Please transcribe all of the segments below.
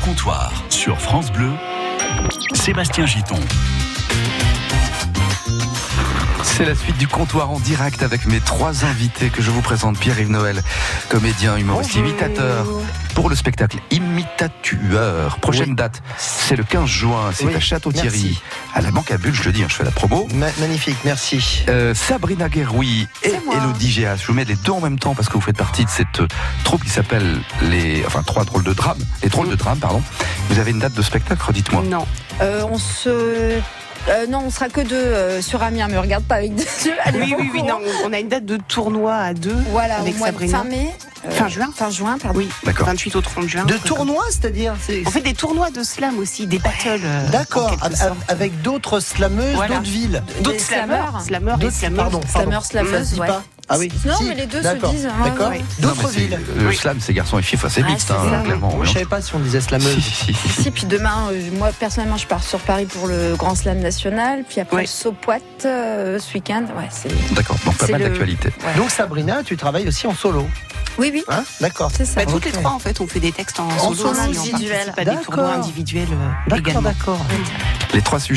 comptoir sur France Bleu, Sébastien Giton. C'est la suite du comptoir en direct avec mes 3 invités que je vous présente. Pierre-Yves Noël, comédien, humoriste, imitateur pour le spectacle Immitatueur. Prochaine date, c'est le 15 juin, c'est à Château-Thierry, à la Banque à Bulle, je le dis, je fais la promo. Magnifique, merci. Sabrina Gueroui et Élodie Géas, je vous mets les deux en même temps parce que vous faites partie de cette troupe qui s'appelle les drôles de drame. Vous avez une date de spectacle, dites-moi. Non. Non, on sera que 2 sur Amiens, me regarde pas avec des yeux. Oui, non, on a une date de tournoi à 2 avec Sabrina. Fin mai. Fin juin, pardon. Oui, d'accord. 28 au 30 juin. De tournois, c'est-à-dire On fait des tournois de slam aussi, des battles. D'accord, avec d'autres slameuses d'autres villes. D'autres slammeurs et slameuses. Slammeurs, slameuses, ouais. Ah oui. Non, si. mais les deux D'accord. se disent. D'accord. Ouais. D'autres villes. Le slam, c'est garçons et filles, c'est mixte, clairement. Je savais pas si on disait slameuse. Si, puis demain, moi personnellement, je pars sur Paris pour le Grand Slam national, puis après le Sopoite ce week-end. Ouais, d'accord, donc pas mal d'actualité. Ouais. Donc Sabrina, tu travailles aussi en solo. Oui. Hein, d'accord. C'est ça. Toutes les 3, en fait, on fait des textes en solo aussi, individuel. On participe à des tournois individuels également. D'accord. Les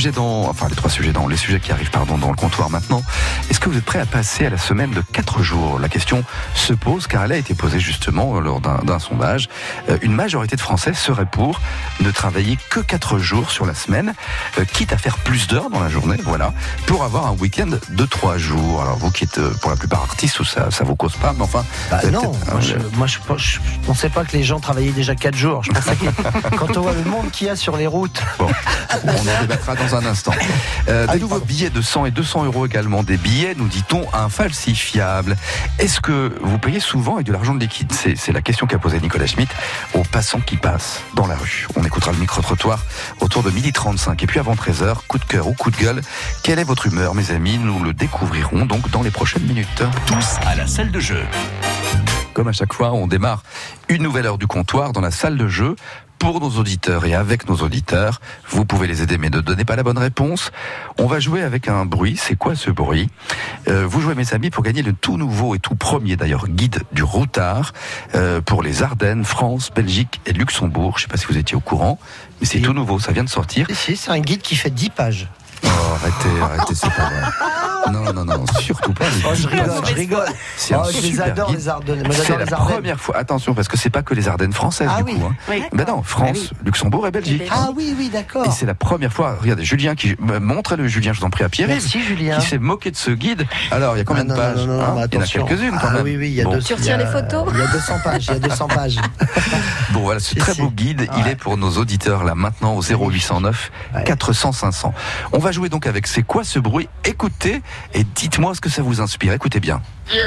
sujets qui arrivent dans le comptoir maintenant. Est-ce que vous êtes prêts à passer à la semaine de 4 jours? La question se pose car elle a été posée justement lors d'un sondage. Une majorité de Français seraient pour ne travailler que 4 jours sur la semaine, quitte à faire plus d'heures dans la journée, pour avoir un week-end de 3 jours. Alors vous qui êtes pour la plupart artistes, ça vous cause pas, mais enfin... non, moi je pensais pas que les gens travaillaient déjà 4 jours. Je pensais que quand on voit le monde qu'il y a sur les routes... Bon, on en débattra dans un instant. Des nouveaux billets de 100 et 200 euros également. Des billets, nous dit-on, infalsifiables. Est-ce que vous payez souvent avec de l'argent de liquide? C'est la question qu'a posée Nicolas Schmitt aux passants qui passent dans la rue. On écoutera le micro-trottoir autour de 12h35. Et puis avant 13h, coup de cœur ou coup de gueule, quelle est votre humeur, mes amis? Nous le découvrirons donc dans les prochaines minutes. Tous à la salle de jeu. Comme à chaque fois, on démarre une nouvelle heure du comptoir dans la salle de jeu. Pour nos auditeurs et avec nos auditeurs, vous pouvez les aider mais ne donnez pas la bonne réponse. On va jouer avec un bruit. C'est quoi ce bruit? Vous jouez, mes amis, pour gagner le tout nouveau et tout premier d'ailleurs guide du routard pour les Ardennes, France, Belgique et Luxembourg. Je ne sais pas si vous étiez au courant, mais c'est tout nouveau, ça vient de sortir. Si, c'est un guide qui fait 10 pages. Oh, arrêtez, c'est pas vrai. Non, surtout pas. Je rigole. C'est un je les super adore guide. les Ardennes. C'est la première fois. Attention, parce que c'est pas que les Ardennes françaises du coup. Oui. Ben non, France, Luxembourg et Belgique. Ah oui, d'accord. Et c'est la première fois. Regardez, Julien montrez-le, Julien, je vous en prie, à Pierre. Merci, Julien. Qui s'est moqué de ce guide. Alors, il y a combien de pages? Non, Il y en a quelques-unes quand même. Oui, il y a 200. Tu retires les photos? Il y a 200 pages. Bon, voilà, ce très beau guide, il est pour nos auditeurs là maintenant au 0809 400 500. On va jouer donc avec C'est quoi ce bruit? Écoutez et dites-moi ce que ça vous inspire. Écoutez bien.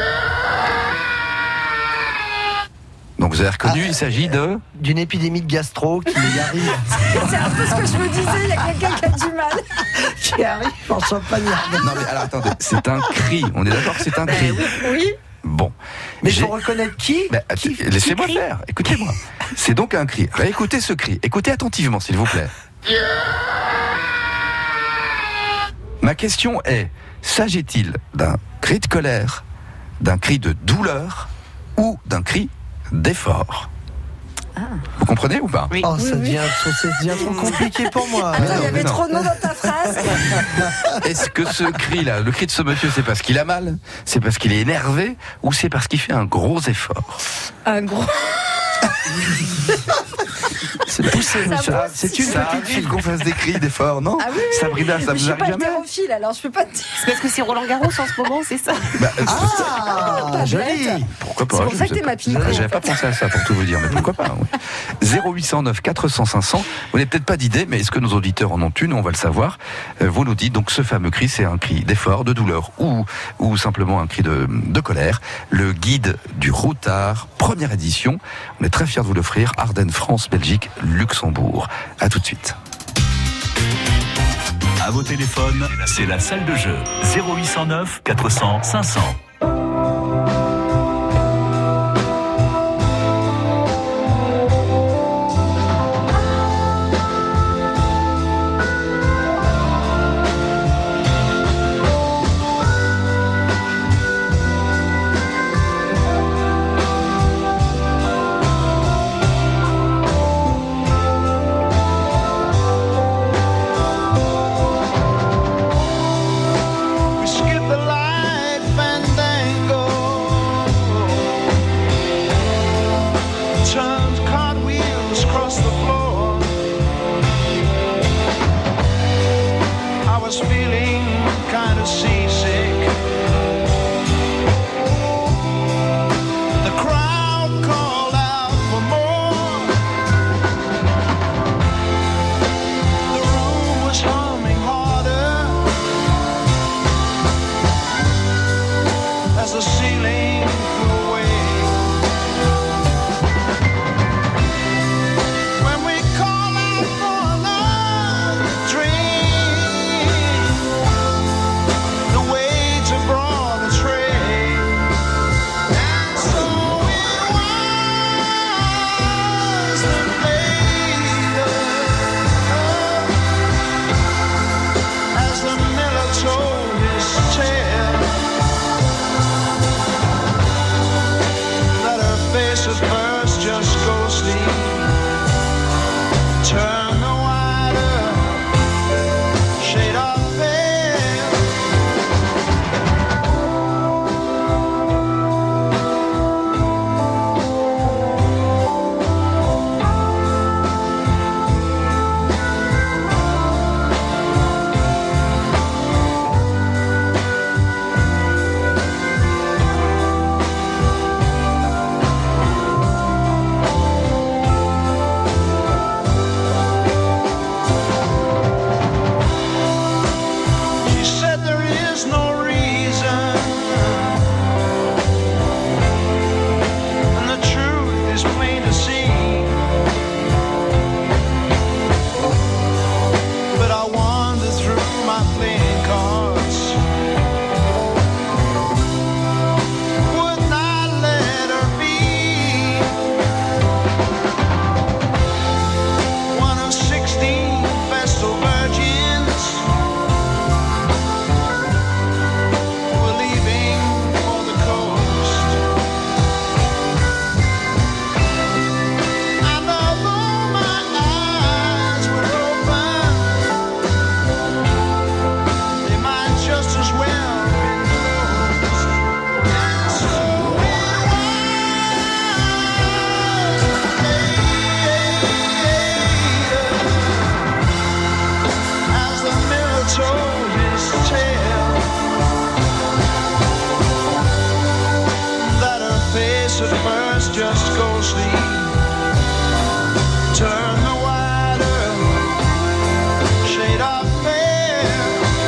Donc vous avez reconnu, il s'agit d'une épidémie de gastro qui arrive. C'est un peu ce que je me disais, il y a quelqu'un qui a du mal. Qui arrive en Champagne. Non mais alors attendez, c'est un cri. On est d'accord que c'est un cri? Oui. Bon. Mais il faut reconnaître qui, laissez-moi faire, écoutez-moi. C'est donc un cri. Réécoutez ce cri. Écoutez attentivement, s'il vous plaît. Ma question est, s'agit-il d'un cri de colère, d'un cri de douleur ou d'un cri d'effort? Vous comprenez ou pas? Oui. Oh, ça devient trop compliqué pour moi. Attends, il y avait trop de mots dans ta phrase. Est-ce que ce cri-là, le cri de ce monsieur, c'est parce qu'il a mal, c'est parce qu'il est énervé, ou c'est parce qu'il fait un gros effort? Un gros... C'est poussé, monsieur. C'est une petite fille qu'on fasse des cris d'effort, non? Ah oui. Sabrina, ça Mais vous arrive jamais? je suis pas hétérophile, alors je peux pas te dire. C'est parce que c'est Roland Garros en ce moment, c'est ça? Joli. Pourquoi pas? C'est pour ça que t'es ma pique. J'avais pas pensé à ça pour tout vous dire, mais pourquoi pas? 0809 400 500. Vous n'avez peut-être pas d'idée, mais est-ce que nos auditeurs en ont une? On va le savoir. Vous nous dites donc ce fameux cri, c'est un cri d'effort, de douleur ou simplement un cri de colère. Le guide du routard, première édition. On est très fiers de vous l'offrir. Ardennes, France, Belgique, Luxembourg. À tout de suite. À vos téléphones, c'est la salle de jeu. 0809 400 500. sleep. Turn the wider shade of veil. She said there is no reason, and the truth is plain to see. But I wander through my playing cards. Would not let her be one of 16 vestal virgins. We're leaving for the coast. And although my eyes were open, they might just as well been closed. And so it was as the mirror told his tale, that her face at first just ghostly. Turn the wider shade of veil.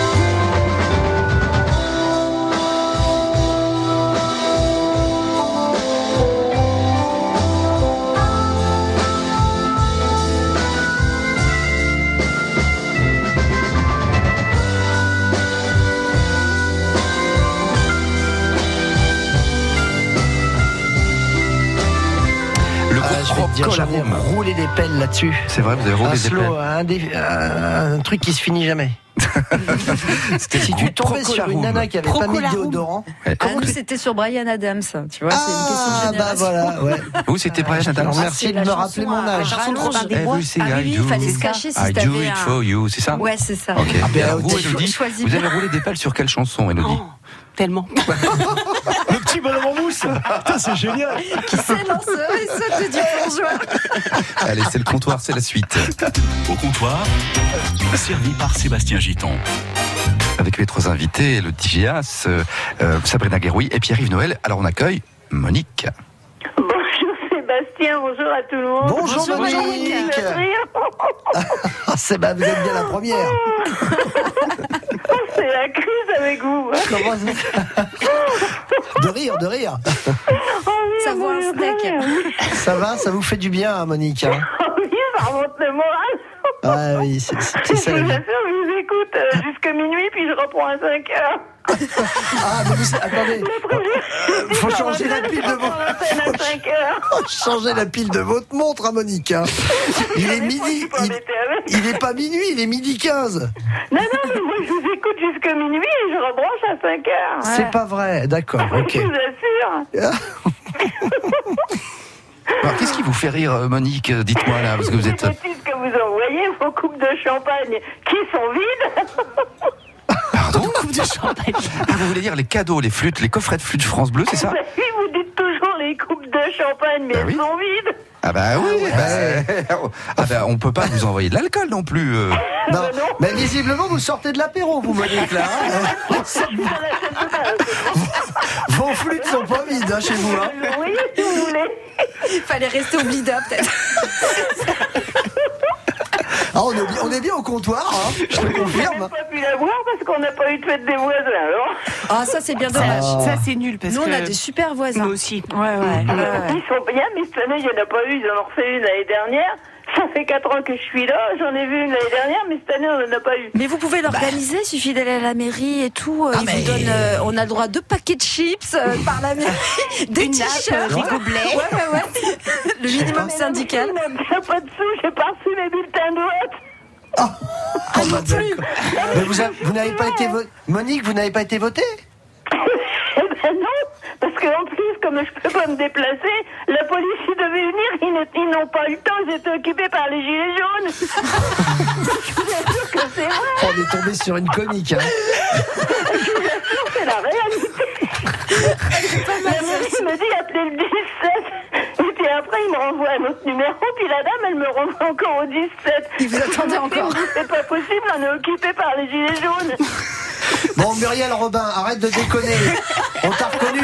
Le Je vais groupe te dire, j'en ai Rock'n'Roll. roulé des pelles là-dessus. C'est vrai, vous avez roulé Un des slow, pelles. un truc qui se finit jamais. C'était Si le tu groupe tombais sur une Procolarum. nana qui avait pas mis de Procolarum. déodorant. Ouais. Ah, nous, c'était sur Bryan Adams. Tu vois, c'est une question de Ah, bah génération. voilà, ouais. Vous, c'était Brian Adams. Alors Ah, merci c'est de la me chanson rappeler mon à âge. chanson de rallonge. Robin des Bois. Everything Ah oui, I il do, fallait se cacher si I do t'avais it un... for you, c'est ça? Ouais, c'est ça. Ok. Ah, Et ben, alors, vous, ok. Elodie, Choisis vous bien. avez roulé des pelles sur quelle chanson, Elodie? Oh, tellement. Le petit bonhomme en mousse. Putain, c'est génial. Qui s'élancerait et saute du bourgeois. Allez, c'est le comptoir, c'est la suite. Au comptoir, servi par Sébastien Giton. Avec mes trois invités, le DJAS, Sabrina Guéroui et Pierre-Yves Noël. Alors, on accueille Monique. Bonjour Sébastien, bonjour à tout le monde. Bonjour, Monique. Ah, c'est bah, vous êtes bien la première. C'est la crise avec vous. Comment ça De rire, de rire. Oh oui, Ça vaut un steak. Ça va, ça vous fait du bien, hein, Monique, hein? Oh oui, ça remonte le moral. Ah oui, c'est Je ça la vous vie. assure, je vous écoute jusqu'à minuit, puis je reprends à 5 heures. Ah, mais vous, attendez. Faut changer la pile de votre... à 5 heures. Faut changer la pile de votre montre, hein, Monique, hein. Il est midi. Il est pas minuit, il est midi 15. Non, mais moi je vous écoute jusqu'à minuit et je rebranche à 5 heures. C'est pas vrai, d'accord, ok. Je vous assure. Alors, qu'est-ce qui vous fait rire, Monique? Dites-moi là, parce que vous êtes... Les petites que vous envoyez, vos coupes de champagne qui sont vides. Pardon? Coupe de champagne. Ah, vous voulez dire les cadeaux, les flûtes, les coffrets de flûtes France Bleu, c'est ça? Bah oui, vous dites toujours les coupes de champagne, mais Bah elles oui. sont vides. Ah bah oui, on peut pas vous envoyer de l'alcool non plus. Non, mais visiblement, vous sortez de l'apéro, vous, Monique, là. Hein. Vos flûtes sont pas vides, hein, chez vous, hein. Oui, si vous voulez. Il fallait rester au Blida, peut-être. Ah, on est bien au comptoir, hein, je te On n'a confirme. pas pu la voir parce qu'on n'a pas eu de fête des voisins, alors. Ah, ça, c'est bien dommage. Ça, c'est nul parce Nous, que on a des super voisins. nous aussi. Ouais. Ils sont bien, mais cette année, il n'y en a pas eu. Ils en ont refait une l'année dernière. Ça fait 4 ans que je suis là. J'en ai vu une l'année dernière, mais cette année, on n'en a pas eu. Mais vous pouvez l'organiser, il suffit d'aller à la mairie et tout. Ils vous donnent, on a le droit à 2 paquets de chips par la mairie, des Une nappe, t-shirts, des gobelets. Ouais. Le minimum syndical. On n'a pas de sous. J'ai pas reçu mes bulletins de vote. Ah, bah, d'accord. Mais vous n'avez pas été Monique, vous n'avez pas été votée? Eh ben non, Parce qu'en plus, comme je peux pas me déplacer, la police devait venir, ils n'ont pas eu le temps, ils étaient occupés par les gilets jaunes. Je vous assure que c'est vrai. On est tombé sur une comique. Hein. Je vous assure, c'est la réalité. La mairie me dit appelez le 17. Et puis après, il me renvoie un autre numéro. Puis la dame, elle me renvoie encore au 17. Et vous attendez encore. C'est pas possible, on est occupé par les gilets jaunes. Bon, Muriel Robin, arrête de déconner. On t'a reconnu.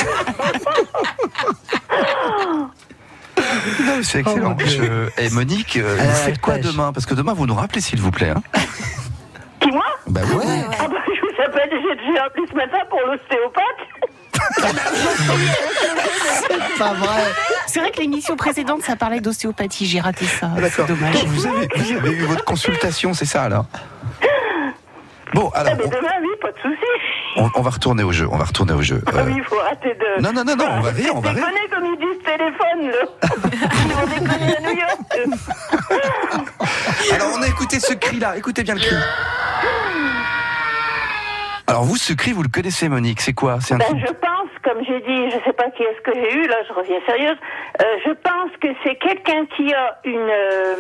Non, c'est excellent. Et Monique, vous faites quoi demain? Parce que demain, vous nous rappelez, s'il vous plaît. Hein. Qui, moi? Bah oui. Ouais. Ah bah, je vous appelle, j'ai appelé ce matin pour l'ostéopathe. C'est pas vrai. C'est vrai que l'émission précédente, ça parlait d'ostéopathie. J'ai raté ça. D'accord. C'est dommage. Vous avez eu votre consultation, c'est ça, alors? Bon, alors, Mais demain, oui, pas de soucis. on va retourner au jeu. Ah oui, il faut rater de... Non, on va rire, Déconner comme ils disent téléphone, là. Ils vont déconner à New York. Alors, on a écouté ce cri-là. Écoutez bien le cri. Alors, vous, ce cri, vous le connaissez, Monique. C'est quoi? C'est un cri... Je pense, comme j'ai dit, je sais pas qui est-ce que j'ai eu, là, je reviens sérieuse. Je pense que c'est quelqu'un qui a une...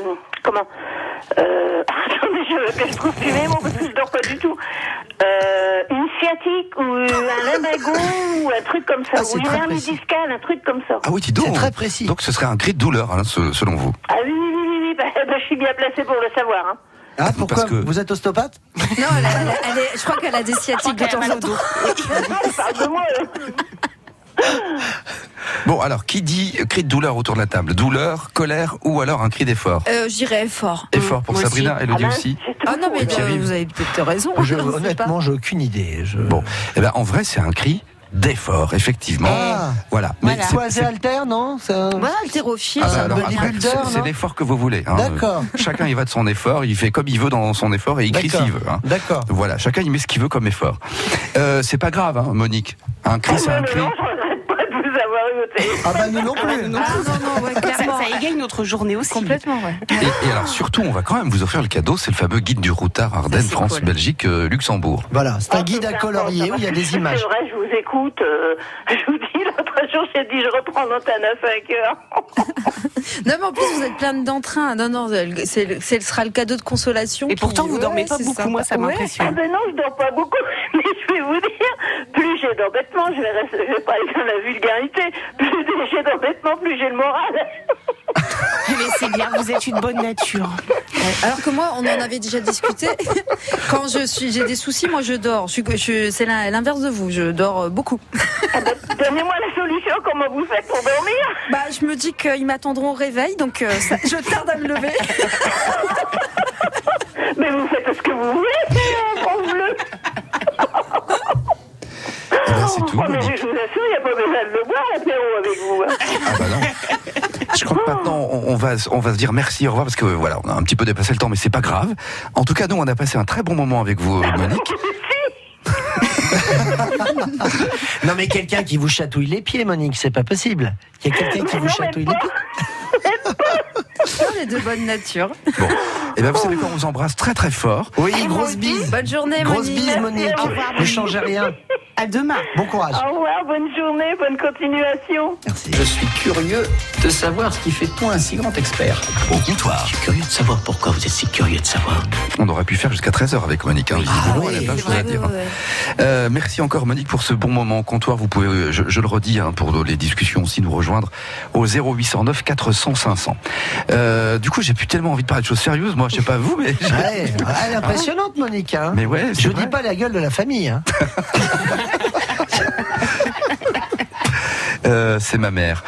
attendez, je trouve plus mes mots parce que je dors pas du tout. Une sciatique ou un lumbago ou un truc comme ça. Ah, c'est ou une très hernie précis. discale, un truc comme ça. Ah oui, dis donc. C'est très précis. Donc, ce serait un cri de douleur, hein, selon vous. Ah oui, je suis bien placée pour le savoir. Hein. Ah, pourquoi? Parce que- Vous êtes ostéopathe? Non, je crois qu'elle a des sciatiques de temps en temps. Parle de moi. Bon, alors, qui dit cri de douleur autour de la table? Douleur, colère ou alors un cri d'effort? Je dirais fort. Effort pour moi Sabrina, aussi. Elodie ben, aussi. Ah non, mais Pierre-Yves. vous avez peut-être raison. Honnêtement, j'ai aucune idée. Bon, eh ben, en vrai, c'est un cri d'effort, effectivement. Ah. Voilà. Voilà. c'est- Quoi, c'est alter, non? Voilà, haltérophile. Ah bah un alors, bodybuilder, après, c'est non l'effort que vous voulez. Hein. D'accord. Chacun y va de son effort, il fait comme il veut dans son effort et il crie D'accord. s'il veut. Hein. D'accord. Voilà, chacun y met ce qu'il veut comme effort. C'est pas grave, hein, Monique. Un cri, c'est un cri. Non, je regrette pas de vous avoir eu au téléphone. Ah bah nous non plus. Ah non, ouais, clairement. Ça égaye notre journée aussi. Complètement, ouais. Et alors surtout, on va quand même vous offrir le cadeau, c'est le fameux guide du routard Ardennes, c'est France, cool. Belgique, Luxembourg. Voilà, c'est un guide à colorier où il y a des images. C'est vrai, je vous écoute. Je vous dis, l'autre jour, j'ai dit, je reprends l'antenne à 5 heures. Non, mais en plus, vous êtes plein d'entrain. Non, ce sera le cadeau de consolation. Et pourtant, vous dormez pas c'est beaucoup. sympa. Moi, ça Ouais. Ah m'impressionne. ben non, je dors pas beaucoup. Mais je vais vous dire, plus j'ai d'embêtements, je vais pas aller dans la vulgarité, plus j'ai d'embêtements, plus j'ai le moral. Mais c'est bien, vous êtes une bonne nature. Alors que moi, on en avait déjà discuté. Quand j'ai des soucis, moi je dors. C'est l'inverse de vous. Je dors beaucoup. Ah ben, donnez-moi la solution, comment vous faites pour dormir? Bah, je me dis qu'ils m'attendront au réveil, donc je tarde à me lever. Mais vous faites ce que vous voulez, France Bleu. Eh ben, c'est tout, Oh, mais Monique. je vous assure, il n'y a pas besoin de le boire, l'apéro avec vous. Hein. Ah bah non. Je crois que maintenant on va se dire merci, au revoir, parce que voilà, on a un petit peu dépassé le temps, mais c'est pas grave. En tout cas, nous on a passé un très bon moment avec vous, Monique. Non mais quelqu'un qui vous chatouille les pieds, Monique, c'est pas possible. Il y a quelqu'un qui Mais vous non, mais chatouille pas. les pieds. On est de bonne nature. Bon, et ben vous savez quoi, on vous embrasse très très fort. Oui, grosse bise. Bonne journée, Grosse Monique. bise, Monique. Au revoir, Ne changez rien. À demain. Bon courage. Au revoir, bonne journée, bonne continuation. Merci. Je suis curieux de savoir ce qui fait de toi un si grand expert. Au comptoir. Je suis curieux de savoir pourquoi vous êtes si curieux de savoir. On aurait pu faire jusqu'à 13h avec Monique. Hein. Visiblement, elle a plein de choses à dire. Merci encore Monique pour ce bon moment au comptoir. Vous pouvez, je le redis, hein, pour les discussions aussi, nous rejoindre au 0809 400 500. Du coup, j'ai plus tellement envie de parler de choses sérieuses. Moi, je sais pas vous, mais Ouais, elle est impressionnante, Monique. Hein. mais ouais, c'est Je vrai. dis pas la gueule de la famille. Hein. C'est ma mère.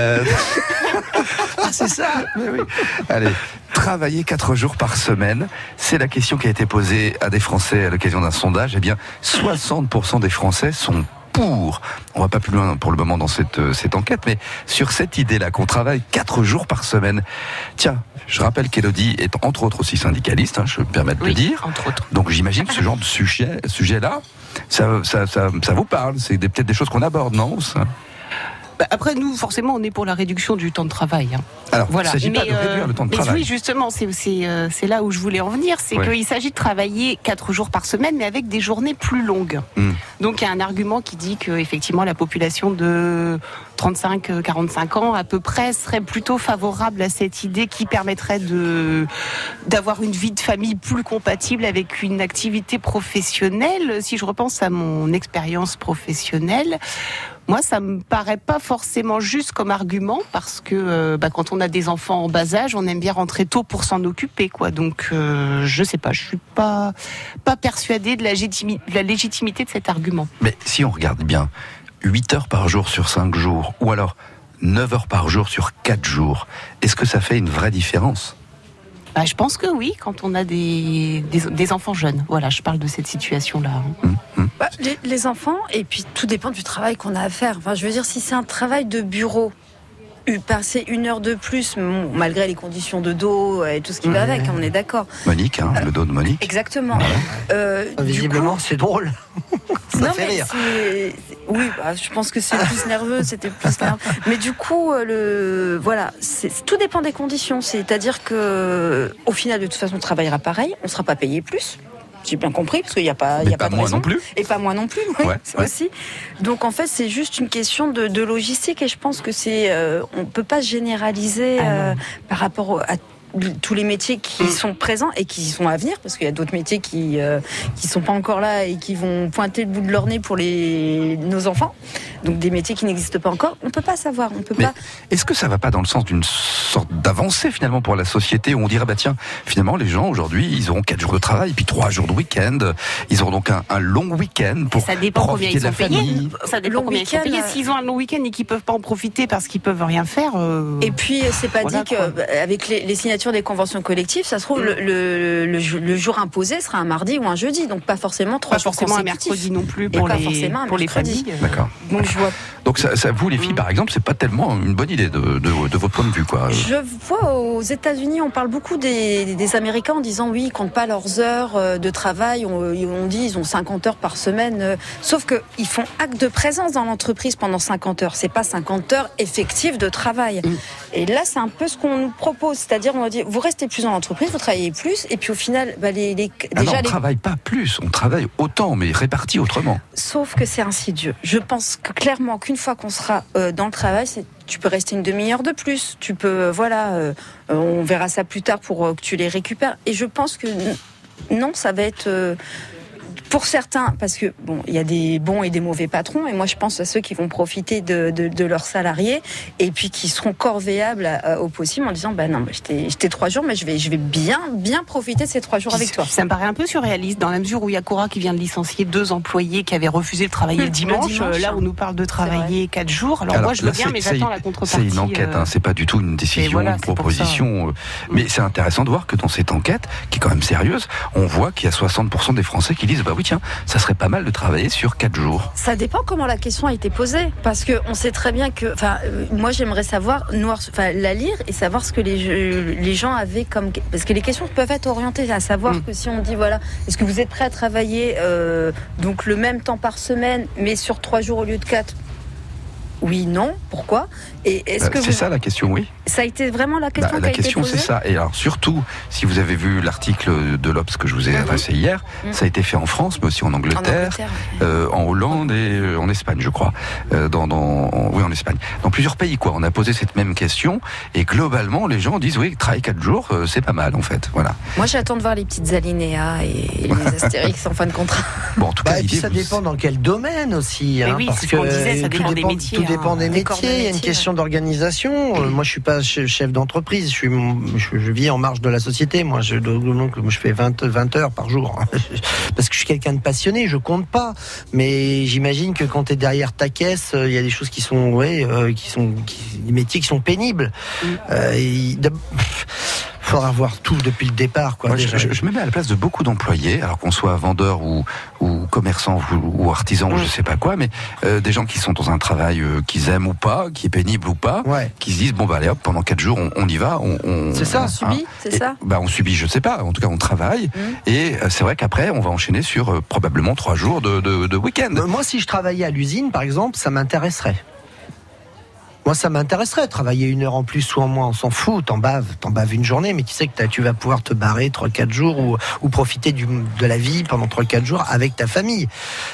Ah, c'est ça. Mais oui. Allez, travailler 4 jours par semaine, c'est la question qui a été posée à des Français à l'occasion d'un sondage. Eh bien, 60% des Français sont pour. On va pas plus loin pour le moment dans cette enquête, mais sur cette idée-là, qu'on travaille 4 jours par semaine. Tiens, je rappelle qu'Élodie est entre autres aussi syndicaliste, hein, je me permets de le Oui, dire. entre autres. Donc j'imagine que ce genre de sujet-là, ça vous parle. C'est peut-être des choses qu'on aborde, non ça Après, nous, forcément, on est pour la réduction du temps de travail. Alors, il ne s'agit pas de réduire le temps de travail. Oui, justement, c'est là où je voulais en venir. C'est qu'il s'agit de travailler 4 jours par semaine, mais avec des journées plus longues. Donc, il y a un argument qui dit qu'effectivement, la population de 35-45 ans, à peu près, serait plutôt favorable à cette idée qui permettrait d'avoir une vie de famille plus compatible avec une activité professionnelle. Si je repense à mon expérience professionnelle, moi, ça me paraît pas forcément juste comme argument parce que quand on a des enfants en bas âge, on aime bien rentrer tôt pour s'en occuper, quoi. Donc, je sais pas, je suis pas persuadée de la légitimité de cet argument. Mais si on regarde bien, 8 heures par jour sur 5 jours, ou alors 9 heures par jour sur 4 jours, est-ce que ça fait une vraie différence ? Je pense que oui, quand on a des enfants jeunes. Voilà, je parle de cette situation-là. Les enfants, et puis tout dépend du travail qu'on a à faire. Enfin, je veux dire, si c'est un travail de bureau, passer 1 heure de plus, malgré les conditions de dos et tout ce qui va avec, on est d'accord. Monique, le dos de Monique. Exactement. Visiblement, c'est drôle. Ça fait rire. Oui, je pense que c'est plus nerveux, c'était plus nerveux. Mais du coup, tout dépend des conditions. C'est-à-dire que, au final, de toute façon, on travaillera pareil, on ne sera pas payé plus. J'ai bien compris, parce qu'il n'y a pas de raison. Non plus. Et pas moi non plus, aussi. Donc en fait, c'est juste une question de logistique, et je pense que on ne peut pas généraliser par rapport à tous les métiers qui sont présents et qui sont à venir, parce qu'il y a d'autres métiers qui sont pas encore là et qui vont pointer le bout de leur nez pour nos enfants. Donc des métiers qui n'existent pas encore, on peut pas savoir, Est-ce que ça va pas dans le sens d'une sorte d'avancée finalement pour la société, où on dirait tiens, finalement les gens aujourd'hui, ils auront 4 jours de travail puis 3 jours de week-end, ils auront donc un long week-end pour profiter de la famille. Ça dépend combien ils sont payés. S'ils ont un long week-end et qu'ils peuvent pas en profiter parce qu'ils peuvent rien faire. Et puis c'est pas dit qu'avec les signatures des conventions collectives, ça se trouve le jour imposé sera un mardi ou un jeudi, donc pas forcément 3 jours consécutifs. Pas forcément un mercredi non plus pour les familles. D'accord. Donc ça, vous les filles par exemple, c'est pas tellement une bonne idée de votre point de vue, quoi. Je vois aux États-Unis, on parle beaucoup des Américains en disant oui, ils comptent pas leurs heures de travail. On dit ils ont 50 heures par semaine, sauf que ils font acte de présence dans l'entreprise pendant 50 heures. C'est pas 50 heures effectives de travail. Et là, c'est un peu ce qu'on nous propose, c'est-à-dire on va dire vous restez plus dans l'entreprise, vous travaillez plus, et puis au final, on travaille pas plus, on travaille autant, mais réparti autrement. Sauf que c'est insidieux. Je pense que clairement qu'une fois qu'on sera dans le travail, tu peux rester une demi-heure de plus. Tu peux, on verra ça plus tard pour que tu les récupères. Et je pense que non, ça va être pour certains, parce que il y a des bons et des mauvais patrons, et moi je pense à ceux qui vont profiter de leurs salariés et puis qui seront corvéables au possible en disant non, j'étais 3 jours, mais je vais bien profiter de ces 3 jours avec toi. Ça me paraît un peu surréaliste dans la mesure où il y a Cora qui vient de licencier 2 employés qui avaient refusé de travailler le dimanche. Là, on nous parle de travailler 4 jours. Alors moi je veux bien, mais j'attends la contrepartie. C'est une enquête, c'est pas du tout une décision, une proposition. Mais c'est intéressant de voir que dans cette enquête, qui est quand même sérieuse, on voit qu'il y a 60% des Français qui disent oui, tiens, ça serait pas mal de travailler sur 4 jours. Ça dépend comment la question a été posée, parce que on sait très bien que, moi j'aimerais savoir la lire et savoir ce que les gens avaient comme, parce que les questions peuvent être orientées à savoir que si on dit est-ce que vous êtes prêt à travailler donc le même temps par semaine, mais sur 3 jours au lieu de 4? Oui, non, pourquoi? Et est-ce que c'est ça la question, oui. Ça a été vraiment la question qui a été posée. La question, c'est ça. Et alors, surtout, si vous avez vu l'article de l'Obs que je vous ai adressé hier, ça a été fait en France, mais aussi en Angleterre, en Hollande et en Espagne, je crois. En Espagne. Dans plusieurs pays, quoi. On a posé cette même question, et globalement, les gens disent, oui, travailler 4 jours, c'est pas mal, en fait. Voilà. Moi, j'attends de voir les petites alinéas et les astérix en fin de contrat. Bon, en tout cas, et puis ça dépend dans quel domaine aussi. Oui, parce que ça dépend des métiers. Tout dépend des métiers. Il y a une question d'organisation. Moi, je suis pas chef d'entreprise. Je vis en marge de la société. Moi, je fais 20 heures par jour. Parce que je suis quelqu'un de passionné. Je compte pas. Mais j'imagine que quand tu es derrière ta caisse, il y a des choses qui sont, des métiers qui sont pénibles. Faudra voir tout depuis le départ, quoi. Moi, je me mets à la place de beaucoup d'employés, alors qu'on soit vendeur ou commerçant ou artisan ou je sais pas quoi, mais des gens qui sont dans un travail qu'ils aiment ou pas, qui est pénible ou pas, qui se disent allez hop, pendant 4 jours on y va, c'est ça, on subit, c'est ça. On subit, je sais pas, en tout cas on travaille et c'est vrai qu'après on va enchaîner sur probablement 3 jours de week-end. Moi, si je travaillais à l'usine, par exemple, ça m'intéresserait. Moi, ça m'intéresserait, travailler 1 heure en plus ou en moins, on s'en fout, t'en baves une journée, mais tu sais que tu vas pouvoir te barrer 3-4 jours ou profiter de la vie pendant 3-4 jours avec ta famille.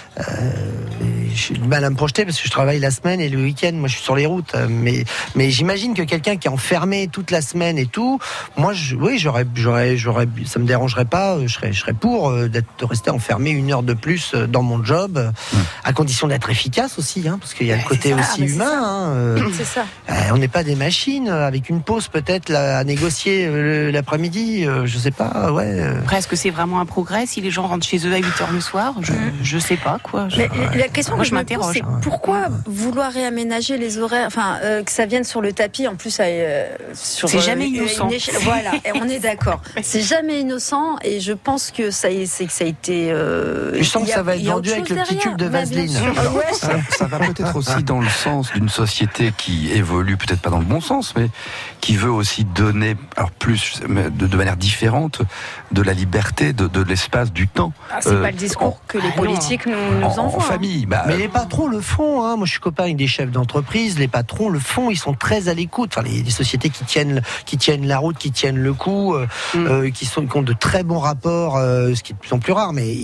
J'ai du mal à me projeter parce que je travaille la semaine et le week-end, moi je suis sur les routes, mais j'imagine que quelqu'un qui est enfermé toute la semaine et tout, moi j'aurais, ça me dérangerait pas, je serais pour de rester enfermé 1 heure de plus dans mon job, à condition d'être efficace aussi, hein, parce qu'il y a le côté aussi humain. C'est ça. On n'est pas des machines, avec une pause peut-être à négocier l'après-midi, je sais pas, Après, est-ce que c'est vraiment un progrès si les gens rentrent chez eux à 8h le soir? Je sais pas, quoi. Mais la question que je me pose, c'est pourquoi vouloir réaménager les horaires, que ça vienne sur le tapis, en plus, c'est jamais innocent. Voilà, et on est d'accord. C'est jamais innocent, et je pense que ça a été. Je sens que ça va être vendu avec le petit tube de Vaseline. Ça va peut-être aussi dans le sens d'une société qui évolue, peut-être pas dans le bon sens, mais qui veut aussi donner, alors plus, de manière différente, de la liberté, de l'espace, du temps. C'est pas le discours que les politiques nous envoient. En famille. Mais les patrons le font, hein. Moi je suis copain avec des chefs d'entreprise, les patrons le font, ils sont très à l'écoute. Enfin, les sociétés qui tiennent la route, qui tiennent le coup, qui ont de très bons rapports, ce qui est de plus en plus rare, mais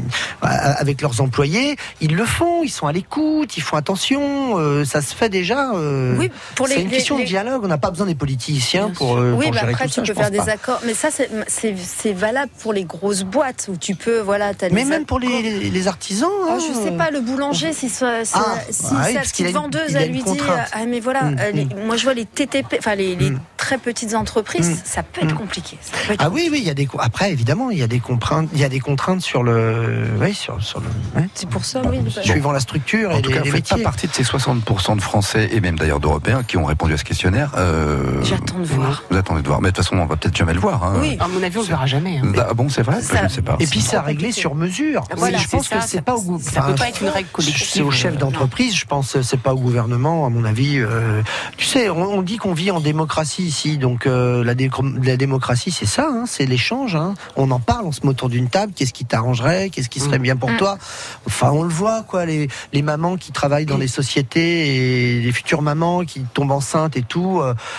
avec leurs employés, ils le font, ils sont à l'écoute, ils font attention, ça se fait déjà. Oui, c'est une question de dialogue, on n'a pas besoin des politiciens pour gérer après, tout ça. tu peux faire des accords, mais ça c'est valable pour les grosses boîtes où tu peux, mais même pour les artisans. Oh, je sais pas, le boulanger, si sa petite vendeuse, elle lui dit, mais voilà, moi je vois les TTP, enfin les très petites entreprises, ça peut être compliqué. Oui, il y a après évidemment, il y a des contraintes sur le, C'est pour ça, suivant la structure et en tout cas, les vous métiers. Faites pas partie de ces 60% de Français et même d'ailleurs d'Européens qui ont répondu à ce questionnaire. J'attends de voir. Vous attendez de voir, mais de toute façon, on va peut-être jamais le voir. Hein. Oui, à mon avis, on le verra jamais. Bon, c'est vrai, je ne sais pas. Et puis c'est à régler sur mesure. Voilà, je pense que c'est pas au gouvernement. Ça peut pas être une règle collective. C'est au chef d'entreprise, je pense. C'est pas au gouvernement, à mon avis. Tu sais, on dit qu'on vit en démocratie ici, donc la démocratie, c'est ça, hein, c'est l'échange. Hein. On en parle, on se met autour d'une table. Qu'est-ce qui t'arrangerait? Qu'est-ce qui serait bien pour toi? Enfin, on le voit, quoi. Les mamans qui travaillent dans les sociétés et les futures mamans qui tombent enceintes et tout.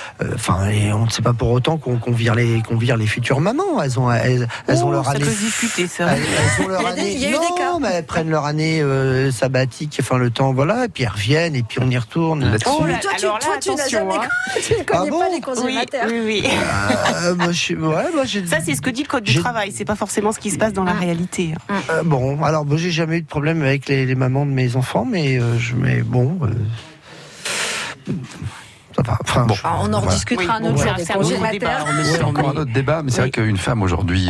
Et on ne sait pas pour autant qu'on vire les futures mamans. Elles ont leur année. Ça peut discuter, ça. Elles ont leur année. Non, mais elles prennent leur année sabbatique, le temps, voilà, et puis elles reviennent, et puis on y retourne. Toi, tu n'as jamais. Tu ne connais pas les consommateurs. Oui. Ça, c'est ce que dit le Code du travail. C'est pas forcément ce qui se passe dans la réalité. Alors, j'ai jamais eu de problème avec les mamans de mes enfants, mais on en rediscutera un autre jour. C'est encore un autre débat, mais c'est vrai qu'une femme aujourd'hui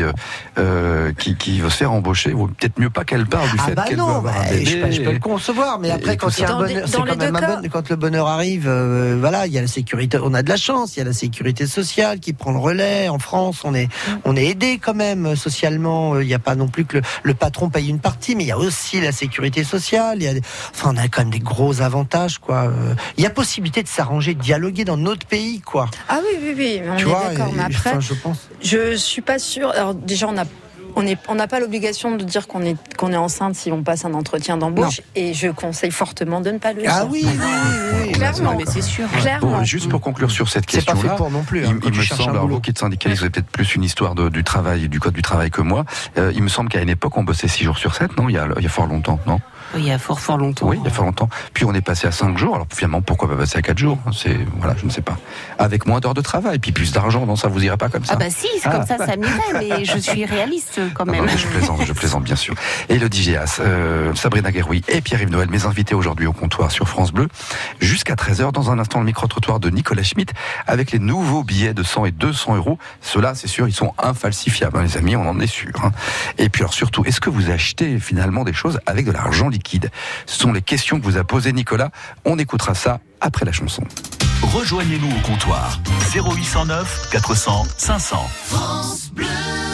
qui veut se faire embaucher, vaut peut-être mieux pas qu'elle parle du fait qu'elle veut avoir un bébé. Je peux le concevoir, mais après quand il y a un bonheur, c'est quand même quand le bonheur arrive, il y a la sécurité. On a de la chance, il y a la sécurité sociale qui prend le relais. En France, on est aidé quand même socialement. Il n'y a pas non plus que le patron paye une partie, mais il y a aussi la sécurité sociale. On a quand même des gros avantages, quoi. Il y a possibilité de s'arranger, de dialoguer dans notre pays, quoi. Ah oui, on est d'accord. Mais après, je suis pas sûre. Alors déjà, on n'a pas l'obligation de dire qu'on est enceinte si on passe un entretien d'embauche, et je conseille fortement de ne pas le dire. Ah oui. Clairement, mais c'est sûr. Clairement. Juste pour conclure sur cette question-là, c'est pas fait pour non plus. Il me semble, vous qui êtes syndicaliste, vous avez peut-être plus une histoire du travail et du code du travail que moi. Il me semble qu'à une époque, on bossait 6 jours sur 7, non? Il y a fort longtemps, non? Oui, il y a fort longtemps. Oui, il y a fort longtemps. Puis on est passé à 5 jours. Alors finalement, pourquoi pas passer à 4 jours? Je ne sais pas. Avec moins d'heures de travail, puis plus d'argent, non, ça vous irait pas comme ça? Ah bah si, c'est comme ça m'irait, mais je suis réaliste quand même. Je plaisante bien sûr. Élodie Géas, Sabrina Gueroui et Pierre-Yves Noël, mes invités aujourd'hui au comptoir sur France Bleu, jusqu'à 13h. Dans un instant, le micro-trottoir de Nicolas Schmitt avec les nouveaux billets de 100 et 200 euros. Ceux-là, c'est sûr, ils sont infalsifiables, les amis, on en est sûr. Et puis alors surtout, est-ce que vous achetez finalement des choses avec de l'argent liquide? Ce sont les questions que vous a posées Nicolas. On écoutera ça après la chanson. Rejoignez-nous au comptoir 0809 400 500. France Bleu.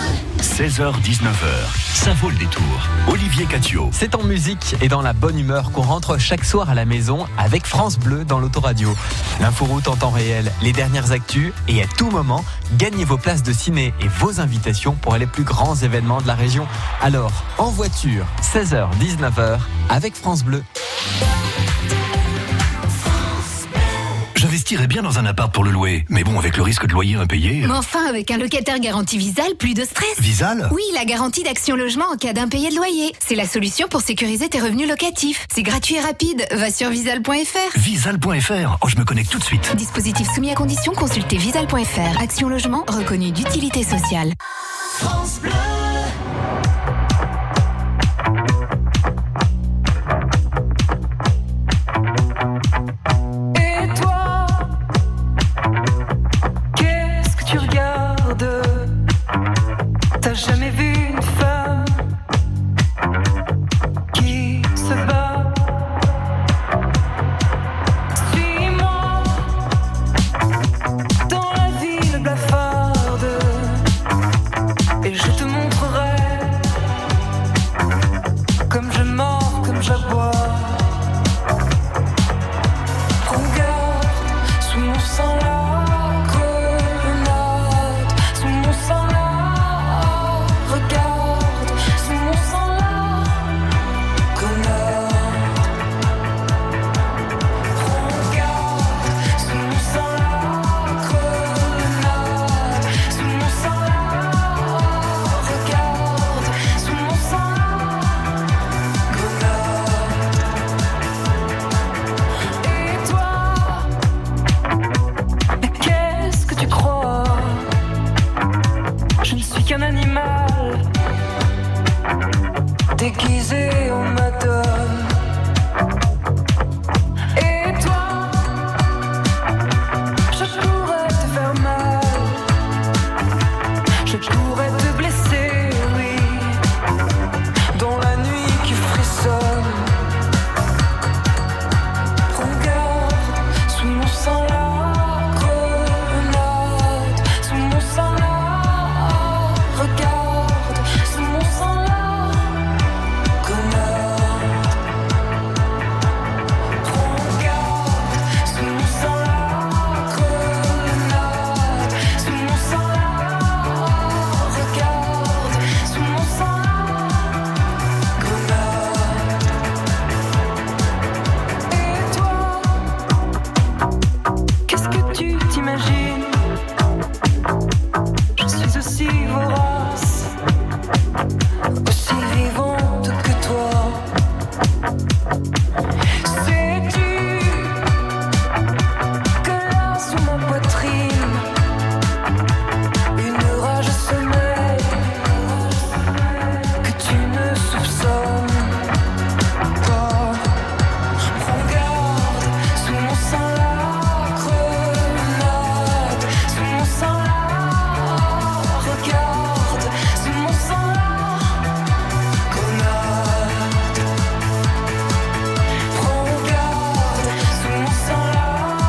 16h-19h, ça vaut le détour. Olivier Catio. C'est en musique et dans la bonne humeur qu'on rentre chaque soir à la maison avec France Bleu dans l'autoradio. L'inforoute en temps réel, les dernières actus et à tout moment, gagnez vos places de ciné et vos invitations pour les plus grands événements de la région. Alors, en voiture, 16h-19h avec France Bleu. m'investirais bien dans un appart pour le louer. Mais bon, avec le risque de loyer impayé... Mais enfin, avec un locataire garanti Visal, plus de stress. Visal ? Oui, la garantie d'Action Logement en cas d'impayé de loyer. C'est la solution pour sécuriser tes revenus locatifs. C'est gratuit et rapide. Va sur visal.fr. Visal.fr. Oh, je me connecte tout de suite. Dispositif soumis à condition, consultez visal.fr. Action Logement, reconnu d'utilité sociale. France Bleu. T'as jamais vu une femme qui se bat? Suis-moi dans la ville blafarde et je te montrerai comme je mords, comme j'aboie. Regarde sous mon sang la grenade, sous mon sang la. Regarde sous mon sang la grenade. Regarde sous mon sang la grenade, sous mon sang la. Regarde sous mon sang la grenade. Et toi, mais qu'est-ce que tu crois? Je ne suis qu'un animal déguisé en madone. Et toi, je pourrais te faire mal, je pourrais te blesser, oui, dans la nuit qui frissonne. Regarde sous mon sang la grenade, sous mon sang la. Regarde sous mon sang la grenade. Regarde sous mon sang la grenade, sous mon sang la. Regarde sous mon sang la grenade. Et toi, qu'est-ce que tu t'imagines? Je suis aussi vorace, aussi vivante que toi. Sais-tu que là sous ma poitrine, une rage sommeille que tu ne soupçonnes pas. Regarde sous mon sang la grenade, sous mon sang la. Regarde sous mon sang la grenade. Regarde sous mon sang la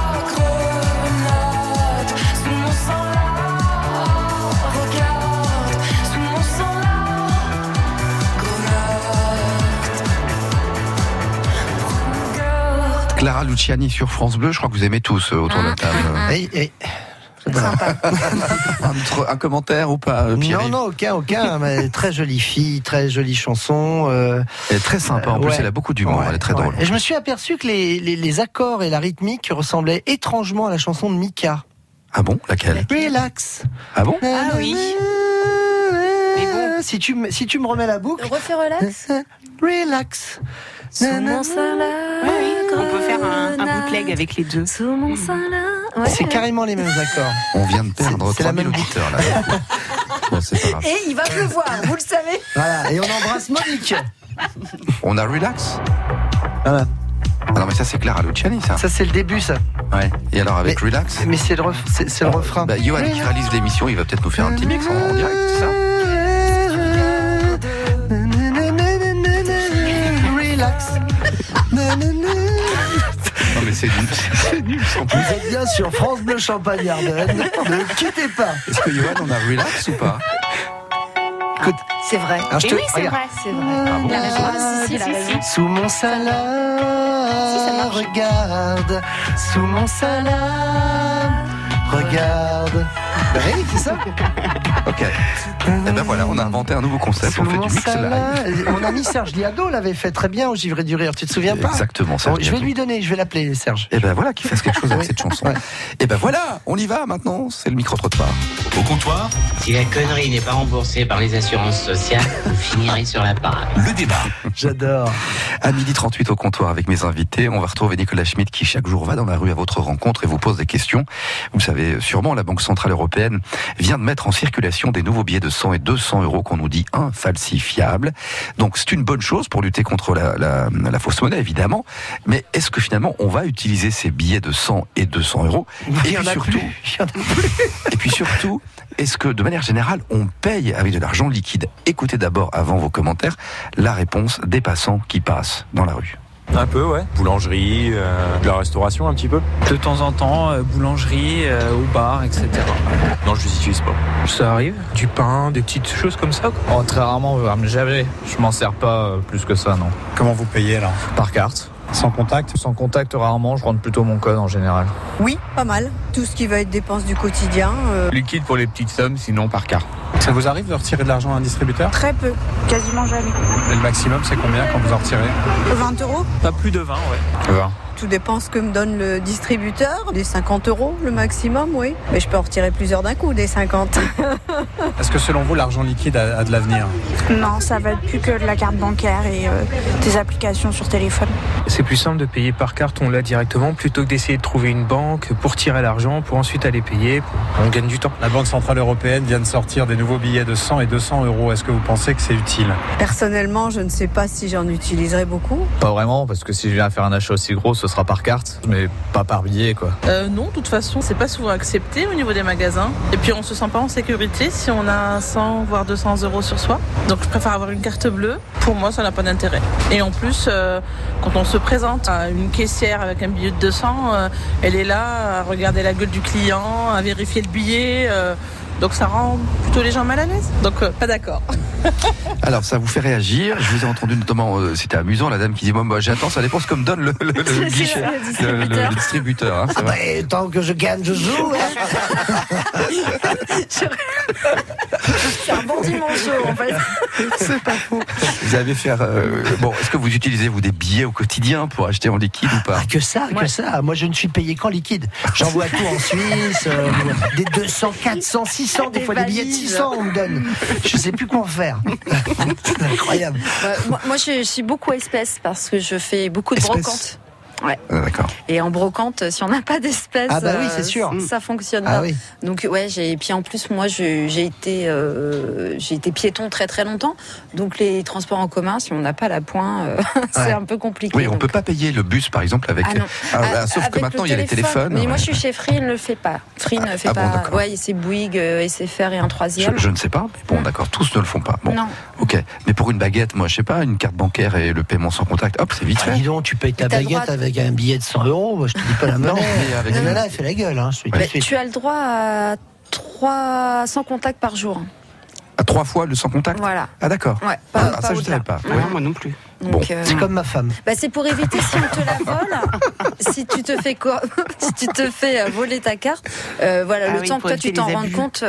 grenade, sous mon sang la. Regarde sous mon sang la grenade. Clara Luciani sur France Bleu, je crois que vous aimez tous autour de la table. Un commentaire ou pas, Pierre? Non, aucun. Mais très jolie fille, très jolie chanson. Elle est très sympa, en plus elle a beaucoup d'humour, elle est très drôle. Et je me suis aperçu que les accords et la rythmique ressemblaient étrangement à la chanson de Mika. Ah bon? Laquelle? Relax. Ah bon? Ah oui. Mais bon, si tu me remets la boucle. Refais relax. Relax. Sous mon sein là. Oui, on peut faire un bootleg avec les deux. Sous mon sein là. Ouais. C'est carrément les mêmes accords. On vient de perdre 3000 auditeurs là. Bon, c'est pas grave. Et il va pleuvoir, vous le savez. Voilà, et on embrasse Monique. On a Relax. Voilà. Ah non mais ça c'est Clara Luciani ça. Ça c'est le début ça. Ouais. Et alors avec Relax. Mais c'est le refrain. Bah, Johan qui réalise l'émission, il va peut-être nous faire un petit mix en direct, c'est ça? Relax. Non mais c'est nul. Vous êtes bien sur France Bleu Champagne Ardenne. Ne quittez pas. Est-ce que Johan on a Relax ou pas? Écoute, c'est vrai. Alors, Et oui, c'est vrai. C'est vrai. Ah bon? Il a raison. Si, il a raison. Sous mon salam, regarde. Sous mon salam, regarde. Oui, c'est ça. Ok. Et ben voilà, on a inventé un nouveau concept. On fait du mix live. Mon ami Serge Liado l'avait fait très bien au Givré du Rire. Tu te souviens pas? Exactement. Serge Je vais Liado. lui donner, je vais l'appeler Serge. Et ben voilà, qu'il fasse quelque chose avec cette chanson. Ouais. Et ben voilà, on y va maintenant. C'est le micro-trottoir. Au comptoir, Si la connerie n'est pas remboursée par les assurances sociales, vous finirez sur la parade. le débat. J'adore. À 12h38 au comptoir avec mes invités, on va retrouver Nicolas Schmitt qui chaque jour va dans la rue à votre rencontre et vous pose des questions. Vous le savez sûrement, la Banque Centrale Européenne vient de mettre en circulation des nouveaux billets de 100 et 200 euros qu'on nous dit infalsifiables. Donc c'est une bonne chose pour lutter contre la fausse monnaie évidemment. Mais est-ce que finalement on va utiliser ces billets de 100 et 200 euros? Et puis surtout, est-ce que de manière générale on paye avec de l'argent liquide? Écoutez d'abord avant vos commentaires la réponse des passants qui passent dans la rue. Un peu, ouais. Boulangerie, de la restauration un petit peu. De temps en temps, boulangerie, au bar, etc. Non, je les utilise pas. Ça arrive. Du pain, des petites choses comme ça. Oh, très rarement, jamais. Je m'en sers pas plus que ça, non. Comment vous payez là? Par carte. Sans contact? Sans contact, rarement. Je rentre plutôt mon code en général. Oui, pas mal. Tout ce qui va être dépenses du quotidien. Liquide pour les petites sommes, sinon par carte. Ça vous arrive de retirer de l'argent à un distributeur? Très peu, quasiment jamais. Et le maximum, c'est combien quand vous en retirez? 20 euros. Pas plus de 20, ouais. 20. Tout dépend ce que me donne le distributeur. Des 50 euros le maximum, oui. Mais je peux en retirer plusieurs d'un coup, des 50. Est-ce que selon vous, l'argent liquide a de l'avenir? Non, ça va être plus que de la carte bancaire et des applications sur téléphone. C'est plus simple de payer par carte, on l'a directement, plutôt que d'essayer de trouver une banque pour tirer l'argent, pour ensuite aller payer. On gagne du temps. La Banque Centrale Européenne vient de sortir des nouveaux billets de 100 et 200 euros. Est-ce que vous pensez que c'est utile? Personnellement, je ne sais pas si j'en utiliserai beaucoup. Pas vraiment, parce que si je viens faire un achat aussi gros, ce sera par carte, mais pas par billet, quoi. Non, de toute façon, c'est pas souvent accepté au niveau des magasins. Et puis, on se sent pas en sécurité si on a 100 voire 200 euros sur soi. Donc, je préfère avoir une carte bleue. Pour moi, ça n'a pas d'intérêt. Et en plus, quand on se présente à une caissière avec un billet de 200, elle est là à regarder la gueule du client, à vérifier le billet. Donc ça rend plutôt les gens mal à l'aise. Donc pas d'accord. Alors ça vous fait réagir. Je vous ai entendu notamment, c'était amusant, la dame qui dit moi j'attends, ça dépend ce que me donne le guichet, le distributeur. Hein, ah bah, tant que je gagne, je joue. Hein. C'est un bon dimanche en fait. C'est pas faux. Vous avez fait. Bon, est-ce que vous utilisez vous des billets au quotidien pour acheter en liquide ou pas? Ah, que ça. Moi je ne suis payé qu'en liquide. J'envoie tout en Suisse, des 200, 400, 600. Des fois des billets de 600 on me donne. Je sais plus quoi en faire. C'est incroyable. Moi je suis beaucoup espèces parce que je fais beaucoup de brocantes. Ouais. D'accord. Et en brocante, si on n'a pas d'espèces, ah bah oui, c'est sûr. Ça fonctionne pas. Ah oui. Donc ouais, et puis en plus moi j'ai été piéton très très longtemps. Donc les transports en commun, si on n'a pas la pointe, c'est un peu compliqué. Oui, on peut pas payer le bus par exemple avec. Sauf que maintenant il y a les téléphones. Mais moi je suis chez Free, il ne le fait pas. Free ne fait pas. Bon, ouais, c'est Bouygues, SFR et un troisième. Je ne sais pas. Mais bon, d'accord, tous ne le font pas. Bon. Non. Ok. Mais pour une baguette, moi je sais pas, une carte bancaire et le paiement sans contact, hop, c'est vite fait. Dis donc, tu payes ta baguette avec un billet de 100 euros, moi, je te dis pas la monnaie. La nana, elle fait la gueule. Hein, tu as le droit à 300 contacts par jour. À 3 fois le sans contact? Voilà. Ah d'accord. Ouais, ça je ne savais pas. Ouais, moi non plus. Donc, bon. C'est comme ma femme. Bah, c'est pour éviter si on te la vole, si tu te fais voler ta carte, le temps que toi tu t'en rendes compte,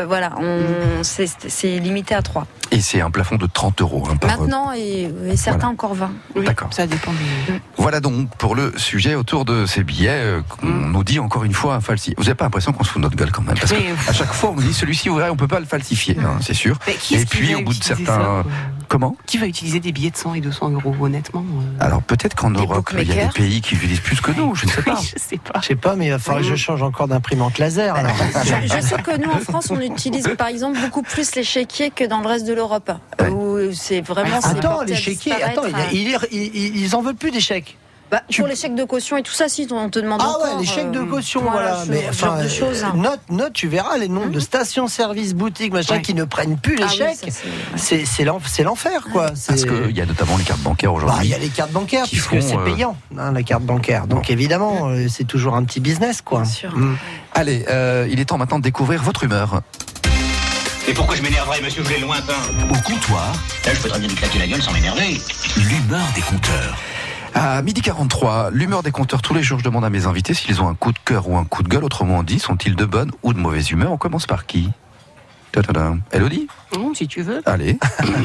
c'est limité à 3. Et c'est un plafond de 30 euros. Hein, maintenant, et certains encore 20. Oui, d'accord. Ça dépend des... Voilà donc pour le sujet autour de ces billets qu'on nous dit encore une fois falsifié. Vous n'avez pas l'impression qu'on se fout de notre gueule quand même? Parce qu'à chaque fois on nous dit celui-ci, on ne peut pas le falsifier, hein, c'est sûr. Et puis au bout de certains... Comment? Qui va utiliser des billets de 100 et 200 euros, honnêtement? Alors peut-être qu'en Europe, il y a des pays qui utilisent plus que nous, je ne sais pas. Je sais pas, mais il va falloir que je change encore d'imprimante laser. Alors. Je sais que nous, en France, on utilise par exemple beaucoup plus les chéquiers que dans le reste de l'Europe. Où c'est vraiment... Attends, les chéquiers, ils en veulent plus des chèques. Pour les chèques de caution et tout ça, si on te demande encore... Ah ouais, les chèques de caution, voilà. Mais genre de choses. Note, tu verras les nombres de stations-service, boutiques, machin, qui ne prennent plus les chèques. Oui, c'est l'enfer, quoi. Parce qu'il y a notamment les cartes bancaires aujourd'hui. Il y a les cartes bancaires, puisque c'est payant, la carte bancaire. Donc évidemment, c'est toujours un petit business, quoi. Bien sûr. Allez, il est temps maintenant de découvrir votre humeur. Et pourquoi je m'énerverais, monsieur, je l'ai lointain? Au comptoir, là, je peux très bien lui claquer la gueule sans m'énerver. L'humeur des compteurs. À 12h43, l'humeur des compteurs. Tous les jours, je demande à mes invités s'ils ont un coup de cœur ou un coup de gueule. Autrement dit, sont-ils de bonne ou de mauvaise humeur? On commence par qui? Elodie? Si tu veux. Allez.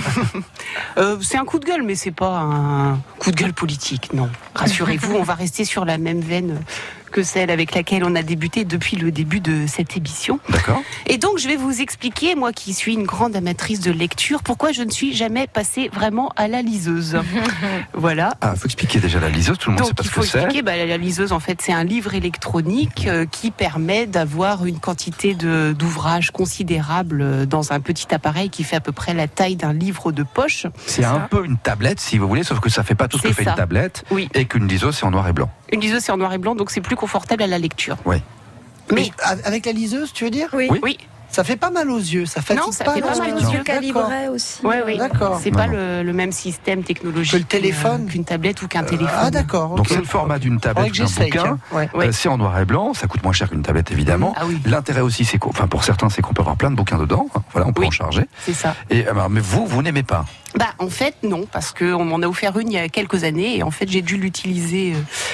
C'est un coup de gueule, mais c'est pas un coup de gueule politique, non. Rassurez-vous, on va rester sur la même veine que celle avec laquelle on a débuté depuis le début de cette émission. D'accord. Et donc, je vais vous expliquer, moi qui suis une grande amatrice de lecture, pourquoi je ne suis jamais passée vraiment à la liseuse. Voilà. Ah, il faut expliquer déjà la liseuse, tout le monde sait pas ce que c'est. Donc, il faut expliquer, la liseuse, en fait, c'est un livre électronique qui permet d'avoir une quantité d'ouvrages considérable dans un petit appareil qui fait à peu près la taille d'un livre de poche. C'est un peu une tablette, si vous voulez, sauf que ça fait pas tout ce que fait une tablette. Oui. Et qu'une liseuse, c'est en noir et blanc. Une liseuse, c'est en noir et blanc, donc c'est plus confortable à la lecture. Oui. Mais avec la liseuse, tu veux dire? Oui. Ça fait pas mal aux yeux, ça fatigue non, ça pas. fait pas mal aux yeux. Calibré aussi. Oui. D'accord. C'est pas le même système technologique que le téléphone, qu'une tablette ou qu'un téléphone. Ah d'accord. Donc c'est le format d'une tablette, d'un bouquin. C'est en noir et blanc, ça coûte moins cher qu'une tablette évidemment. Ah oui. L'intérêt aussi, c'est pour certains, c'est qu'on peut avoir plein de bouquins dedans. Voilà, on peut en charger. C'est ça. Et mais vous n'aimez pas? En fait, non, parce qu'on m'en a offert une il y a quelques années et en fait, j'ai dû l'utiliser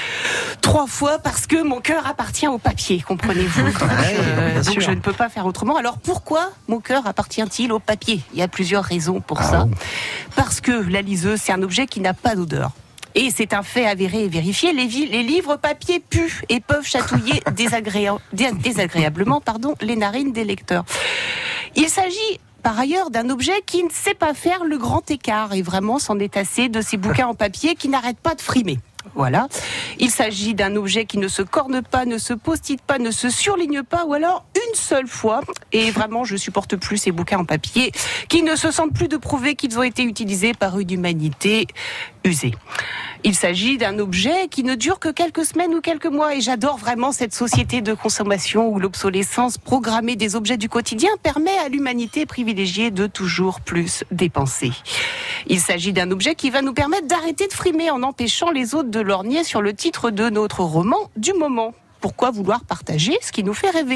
3 fois parce que mon cœur appartient au papier, comprenez-vous. Donc je ne peux pas faire autrement. Alors pourquoi mon cœur appartient-il au papier? Il y a plusieurs raisons pour ça. Parce que la liseuse, c'est un objet qui n'a pas d'odeur. Et c'est un fait avéré et vérifié, les livres papier puent et peuvent chatouiller désagréablement les narines des lecteurs. Il s'agit par ailleurs d'un objet qui ne sait pas faire le grand écart et vraiment s'en est assez de ces bouquins en papier qui n'arrêtent pas de frimer. Voilà. Il s'agit d'un objet qui ne se corne pas, ne se post-it pas, ne se surligne pas, ou alors une seule fois. Et vraiment, je supporte plus ces bouquins en papier qui ne se sentent plus de prouver qu'ils ont été utilisés par une humanité usée. Il s'agit d'un objet qui ne dure que quelques semaines ou quelques mois. Et j'adore vraiment cette société de consommation où l'obsolescence programmée des objets du quotidien permet à l'humanité privilégiée de toujours plus dépenser. Il s'agit d'un objet qui va nous permettre d'arrêter de frimer en empêchant les autres de lorgner sur le titre de notre roman du moment. Pourquoi vouloir partager ce qui nous fait rêver ?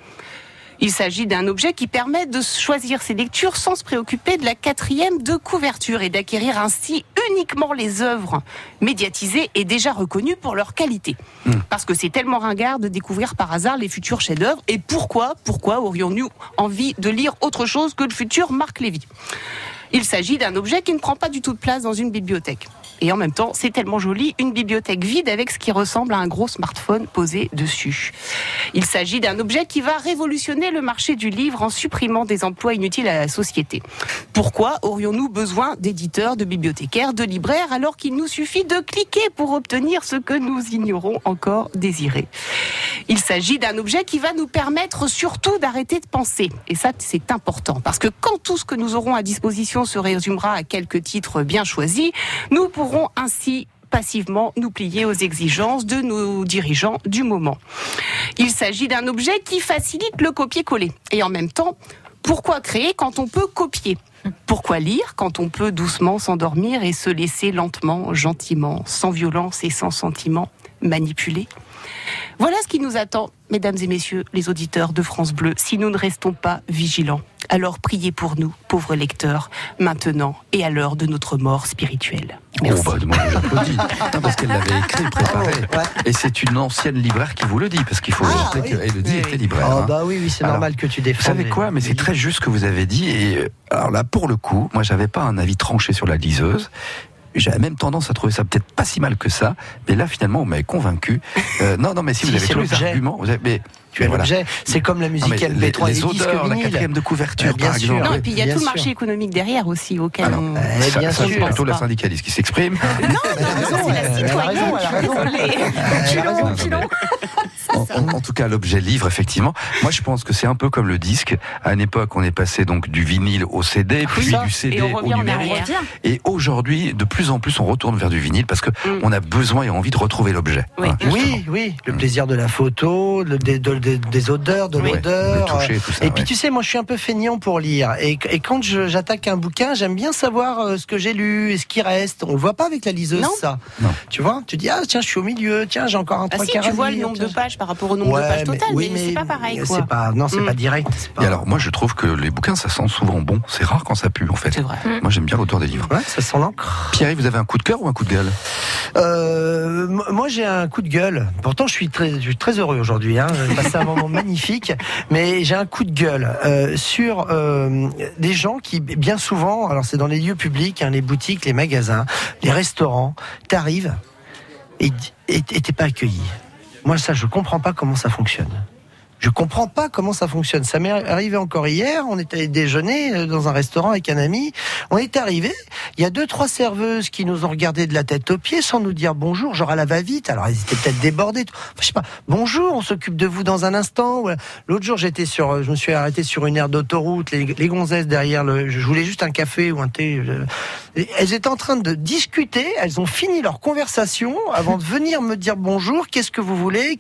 Il s'agit d'un objet qui permet de choisir ses lectures sans se préoccuper de la 4e de couverture et d'acquérir ainsi uniquement les œuvres médiatisées et déjà reconnues pour leur qualité. Parce que c'est tellement ringard de découvrir par hasard les futurs chefs-d'œuvre. Et pourquoi aurions-nous envie de lire autre chose que le futur Marc Lévy ? Il s'agit d'un objet qui ne prend pas du tout de place dans une bibliothèque. Et en même temps, c'est tellement joli, une bibliothèque vide avec ce qui ressemble à un gros smartphone posé dessus. Il s'agit d'un objet qui va révolutionner le marché du livre en supprimant des emplois inutiles à la société. Pourquoi aurions-nous besoin d'éditeurs, de bibliothécaires, de libraires, alors qu'il nous suffit de cliquer pour obtenir ce que nous ignorons encore désirer ? Il s'agit d'un objet qui va nous permettre surtout d'arrêter de penser. Et ça, c'est important. Parce que quand tout ce que nous aurons à disposition se résumera à quelques titres bien choisis, nous pourrons ainsi passivement nous plier aux exigences de nos dirigeants du moment. Il s'agit d'un objet qui facilite le copier-coller. Et en même temps, pourquoi créer quand on peut copier ? Pourquoi lire quand on peut doucement s'endormir et se laisser lentement, gentiment, sans violence et sans sentiment, manipuler ? Voilà ce qui nous attend, mesdames et messieurs, les auditeurs de France Bleu, si nous ne restons pas vigilants. Alors priez pour nous, pauvres lecteurs, maintenant et à l'heure de notre mort spirituelle. Merci. Moi j'applaudis. Parce qu'elle l'avait écrit, préparé. Et c'est une ancienne libraire qui vous le dit, parce qu'il faut rappeler qu'Élodie était libraire. Oui, c'est normal que tu défendes. Vous savez quoi, mais c'est très juste ce que vous avez dit. Et alors là, pour le coup, moi j'avais pas un avis tranché sur la liseuse. J'avais même tendance à trouver ça peut-être pas si mal que ça, mais là finalement vous m'avez convaincu. Non, mais si vous avez tous les arguments, tu as l'objet. C'est comme la musique LP3, les odeurs, la 4e de couverture, par exemple. Non, et puis il y a tout le marché économique derrière aussi auquel on. Bien sûr, c'est plutôt la syndicaliste qui s'exprime. Non, c'est la citoyenne. En tout cas, l'objet livre, effectivement. Moi, je pense que c'est un peu comme le disque. À une époque, on est passé donc du vinyle au CD, puis du CD au numérique. Et aujourd'hui, de plus en plus, on retourne vers du vinyle parce que on a besoin et envie de retrouver l'objet. Oui, le plaisir de la photo, des odeurs, de l'odeur. Le toucher, tout ça. Et puis tu sais, moi, je suis un peu feignant pour lire. Et quand j'attaque un bouquin, j'aime bien savoir ce que j'ai lu et ce qui reste. On le voit pas avec la liseuse, ça. Non. Tu vois, tu dis tiens, je suis au milieu, tiens, j'ai encore un 3 quarts. Tu vois le nombre de pages par rapport au nombre de pages totales, mais c'est pas pareil. Quoi. C'est pas direct. C'est pas... Et alors, moi, je trouve que les bouquins, ça sent souvent bon. C'est rare quand ça pue, en fait. C'est vrai. Moi, j'aime bien l'odeur des livres. Ouais, ça sent l'encre. Pierre, vous avez un coup de cœur ou un coup de gueule? Moi, j'ai un coup de gueule. Pourtant, je suis très heureux aujourd'hui. J'ai passé un moment magnifique, mais j'ai un coup de gueule sur des gens qui, bien souvent, alors c'est dans les lieux publics, les boutiques, les magasins, les restaurants, t'arrives et t'es pas accueilli. Moi, ça, je comprends pas comment ça fonctionne. Je comprends pas comment ça fonctionne. Ça m'est arrivé encore hier. On était allé déjeuner dans un restaurant avec un ami. On est arrivé. Il y a 2-3 serveuses qui nous ont regardé de la tête aux pieds sans nous dire bonjour, genre à la va-vite. Alors, elles étaient peut-être débordées. Enfin, je sais pas. Bonjour, on s'occupe de vous dans un instant. L'autre jour, je me suis arrêté sur une aire d'autoroute. Les gonzesses derrière je voulais juste un café ou un thé. Elles étaient en train de discuter. Elles ont fini leur conversation avant de venir me dire bonjour. Qu'est-ce que vous voulez?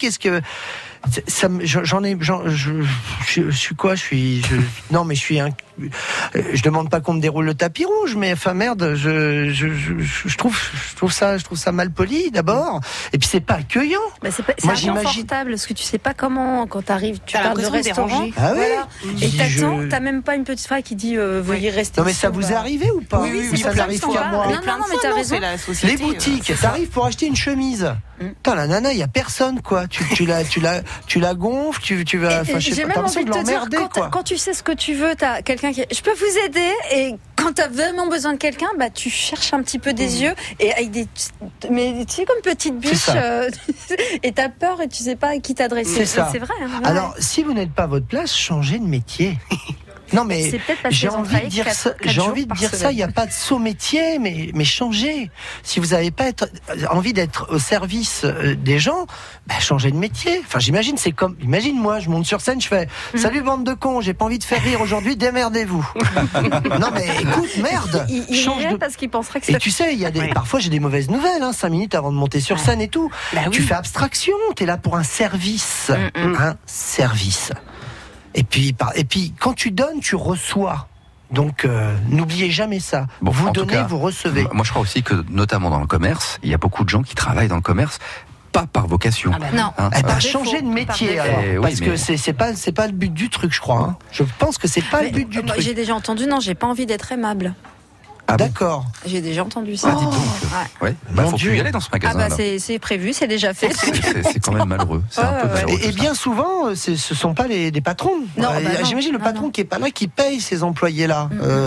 Je demande pas qu'on me déroule le tapis rouge, mais enfin merde, je trouve ça mal poli d'abord, et puis c'est pas accueillant. Bah c'est inconfortable parce que tu sais pas comment quand t'arrives, tu parles de restaurant, ah oui, voilà, et t'attends, t'as même pas une petite phrase qui dit veuillez rester. Non mais ça vous est arrivé ou pas? Oui, ça m'arrive qu'à moi. Non, mais t'as raison. Les boutiques, t'arrives pour acheter une chemise. Putain, la nana, il y a personne quoi. Tu la gonfles, tu vas. J'ai même envie de te dire, quand tu sais ce que tu veux, t'as quelqu'un qui. Je peux vous aider, et quand t'as vraiment besoin de quelqu'un, bah tu cherches un petit peu des yeux et avec mais tu sais comme petite bûche, et t'as peur et tu sais pas à qui t'adresser. C'est vrai. Alors si vous n'êtes pas à votre place, changez de métier. Non mais j'ai envie de dire ça. Il n'y a pas de saut métier, mais changez. Si vous n'avez pas envie d'être au service des gens, changez de métier. Enfin, imagine moi, je monte sur scène, je fais salut bande de cons, j'ai pas envie de faire rire aujourd'hui, démerdez-vous. Non mais écoute, merde. Il change parce qu'il penserait que. Et tu sais, parfois j'ai des mauvaises nouvelles, 5 minutes avant de monter sur scène et tout. Tu fais abstraction, t'es là pour un service, un service. Et puis, quand tu donnes, tu reçois. Donc, n'oubliez jamais ça. Bon, vous donnez, cas, vous recevez. Moi, je crois aussi que, notamment dans le commerce, il y a beaucoup de gens qui travaillent dans le commerce, pas par vocation. Non. Changer de métier, alors. Parce que c'est pas le but du truc, je crois. Je pense que c'est pas le but du truc. J'ai déjà entendu, j'ai pas envie d'être aimable. Ah d'accord. J'ai déjà entendu ça. Dis donc. Ouais. Faut plus y aller dans ce magasin. C'est prévu, c'est déjà fait. C'est quand même malheureux. C'est un peu malheureux. Et bien souvent, ce sont pas les patrons. Non, j'imagine le patron qui est pas là, qui paye ces employés-là.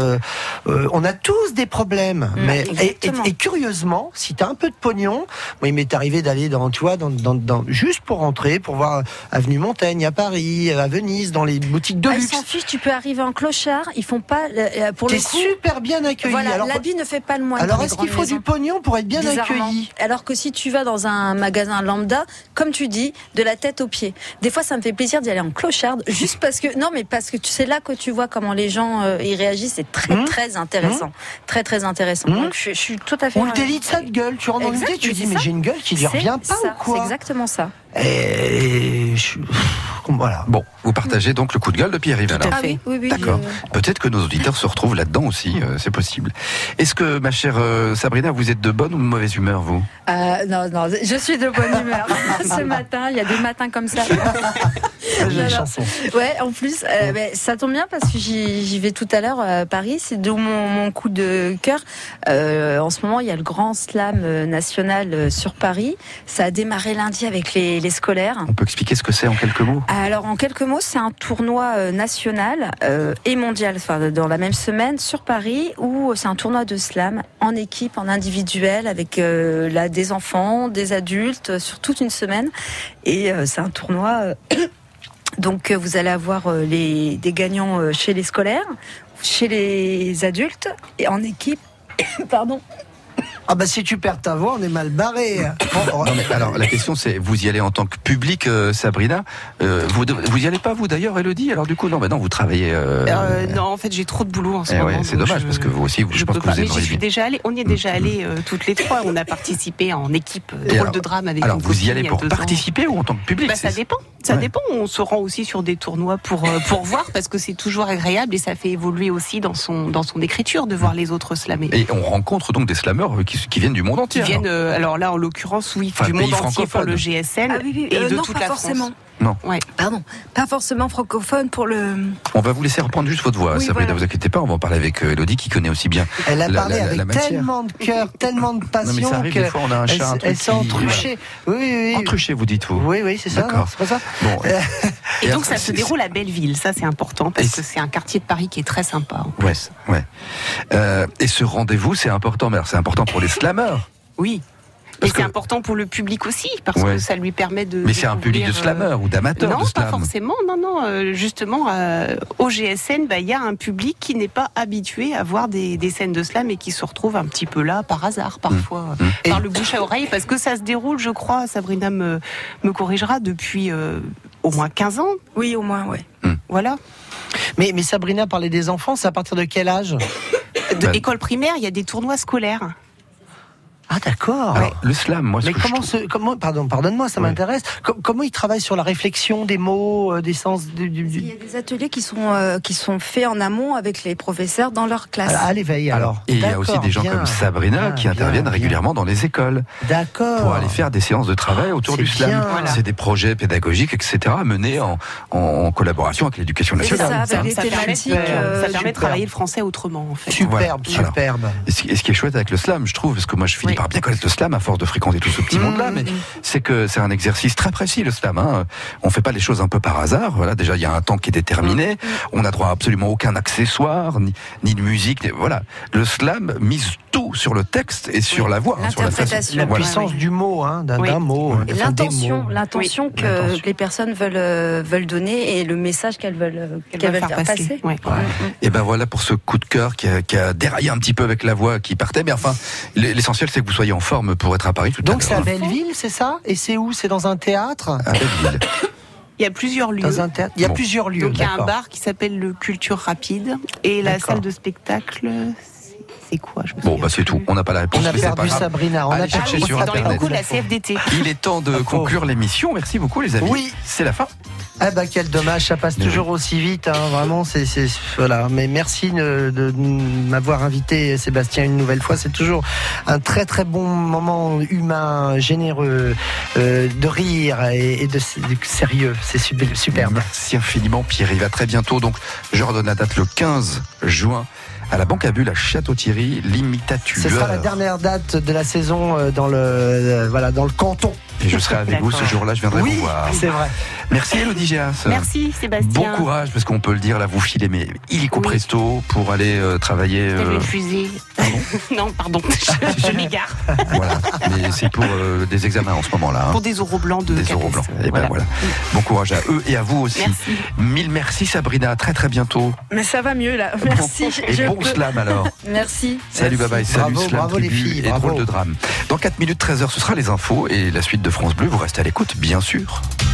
On a tous des problèmes. Et curieusement, si t'as un peu de pognon, moi il m'est arrivé d'aller juste pour rentrer, pour voir Avenue Montaigne à Paris, à Venise, dans les boutiques de luxe. Ils s'en fichent. Tu peux arriver en clochard. Ils font pas pour le coup. T'es super bien accueilli. Voilà. L'habit ne fait pas le moine. Alors est-ce qu'il faut du pognon pour être bien accueilli? Alors que si tu vas dans un magasin lambda, comme tu dis, de la tête aux pieds. Des fois, ça me fait plaisir d'y aller en clocharde, juste parce que tu sais là que tu vois comment les gens y réagissent. C'est très très intéressant, très très intéressant. Donc je suis tout à fait. Ou le délit de ça de gueule. Tu rentres dans l'unité, tu dis mais j'ai une gueule qui lui revient pas ou quoi? C'est exactement ça. Et voilà. Bon, vous partagez donc le coup de gueule de Pierre-Yves. Tout à fait. Oui, d'accord. Peut-être que nos auditeurs se retrouvent là-dedans aussi, c'est possible. Est-ce que, ma chère Sabrina, vous êtes de bonne ou de mauvaise humeur, vous? Non, je suis de bonne humeur. Ce matin, il y a des matins comme ça. J'ai une chanson. Ouais, en plus, ça tombe bien parce que j'y vais tout à l'heure à Paris. C'est d'où mon coup de cœur. En ce moment, il y a le grand slam national sur Paris. Ça a démarré lundi avec les scolaires. On peut expliquer ce que c'est en quelques mots? Alors, en quelques mots, c'est un tournoi national et mondial, dans la même semaine sur Paris, où c'est un tournoi de slam en équipe, en individuel, avec des enfants, des adultes, sur toute une semaine. Et c'est un tournoi. Donc, vous allez avoir des gagnants chez les scolaires, chez les adultes et en équipe. Pardon. Ah bah si tu perds ta voix, on est mal barré. Non, mais alors la question c'est, vous y allez en tant que public, Sabrina, vous y allez pas vous d'ailleurs, Elodie? Alors du coup non, vous travaillez. Non, en fait j'ai trop de boulot en ce moment. C'est dommage parce que vous aussi, je pense que vous aimeriez. Mais j'y suis déjà allée. On y est déjà allé toutes les trois. On a participé en équipe drôle de drame avec. Alors vous y allez pour participer ou en tant que public? Ça dépend. Ça dépend, on se rend aussi sur des tournois pour voir, parce que c'est toujours agréable et ça fait évoluer aussi dans son écriture de voir les autres slammer. Et on rencontre donc des slammeurs qui viennent du monde entier. Qui viennent, alors là en l'occurrence, oui, du monde entier pour le GSN et de toute la forcément. France. Non. Ouais. Pardon, pas forcément francophone pour le... On va vous laisser reprendre juste votre voix, Sabrina, voilà. Vous inquiétez pas, on va en parler avec Elodie qui connaît aussi bien Elle a parlé la avec matière. tellement de cœur, tellement de passion. Non, mais ça arrive, des fois, on a un chat, un truc elle s'est entruchée. Oui. Entruchée, vous dites, vous. Oui, c'est ça. D'accord. C'est pas ça. Bon. Et donc ça se déroule à Belleville, ça c'est important, parce que c'est un quartier de Paris qui est très sympa. Ouais. Et ce rendez-vous, c'est important, mais alors, c'est important pour les slammeurs. Oui. Et c'est important pour le public aussi, parce que ça lui permet de... Mais c'est un public de slammeurs ou d'amateurs de slam. Non, pas forcément, non. Justement, au GSN, il y a un public qui n'est pas habitué à voir des scènes de slam et qui se retrouve un petit peu là, par hasard, parfois, par le bouche à oreille, parce que ça se déroule, je crois, Sabrina me corrigera, depuis au moins 15 ans. Oui, au moins, Voilà. Mais Sabrina parlait des enfants, c'est à partir de quel âge? École primaire, il y a des tournois scolaires. Ah d'accord. Alors, le slam, moi, mais pardonne-moi, ça m'intéresse. Comment ils travaillent sur la réflexion des mots, des sens Il y a des ateliers qui sont faits en amont avec les professeurs dans leur classe. À l'éveil, alors. Et il y a aussi des gens comme Sabrina qui interviennent régulièrement dans les écoles. D'accord. Pour aller faire des séances de travail autour du slam. C'est des projets pédagogiques, etc., menés en collaboration avec l'éducation nationale. Ça permet de travailler le français autrement, en fait. Superbe. Et ce qui est chouette avec le slam, je trouve, parce que moi je finis par bien connaître le slam à force de fréquenter tout ce petit monde-là, mais c'est que c'est un exercice très précis, le slam. On fait pas les choses un peu par hasard. Voilà, déjà il y a un temps qui est déterminé. On n'a droit à absolument aucun accessoire, ni de musique. Voilà, le slam mise tout sur le texte et sur la voix, sur la puissance du mot, d'un mot. Et l'intention que les personnes veulent donner et le message qu'elles veulent faire passer. Et ben voilà pour ce coup de cœur qui a déraillé un petit peu avec la voix qui partait, mais enfin l'essentiel c'est que vous soyez en forme pour être à Paris tout à l'heure. Donc c'est à Belleville, c'est ça? Et c'est où? C'est dans un théâtre? À Belleville. Il y a plusieurs lieux. Dans un théâtre. Il y a plusieurs lieux. Donc il y a un bar qui s'appelle le Culture Rapide et la salle de spectacle. C'est quoi? C'est tout. On n'a pas la réponse. On a perdu Sabrina. Allez chercher sur Internet. Dans les concours de la CFDT. Il est temps de conclure l'émission. Merci beaucoup les amis. Oui, c'est la fin. Ah bah quel dommage, ça passe toujours aussi vite, vraiment, voilà. Mais merci de m'avoir invité, Sébastien, une nouvelle fois. C'est toujours un très très bon moment humain, généreux, de rire et de sérieux. C'est superbe. Merci infiniment, Pierre-Yves. À très bientôt. Donc, je redonne la date le 15 juin. À la Banque à Bulle, à Château-Thierry, l'imitateur. Ce sera la dernière date de la saison dans le canton. Et je serai avec vous ce jour-là, je viendrai vous voir. C'est vrai. Merci Elodie Géas. Merci Sébastien. Bon courage, parce qu'on peut le dire, là vous filez, mais illico presto pour aller travailler. Une fusée. Non, pardon, je m'égare. Voilà, mais c'est pour des examens en ce moment-là. Pour des oraux blancs de des oraux blancs. Et voilà. Bon courage à eux et à vous aussi. Merci. Mille merci Sabrina, à très très bientôt. Mais ça va mieux là, merci. Et bon slam alors. Merci. Salut, bye bye, salut Slam bravo les Tribu filles, et drôle de drame. Dans 4 minutes 13h, ce sera les infos et la suite de France Bleu. Vous restez à l'écoute, bien sûr.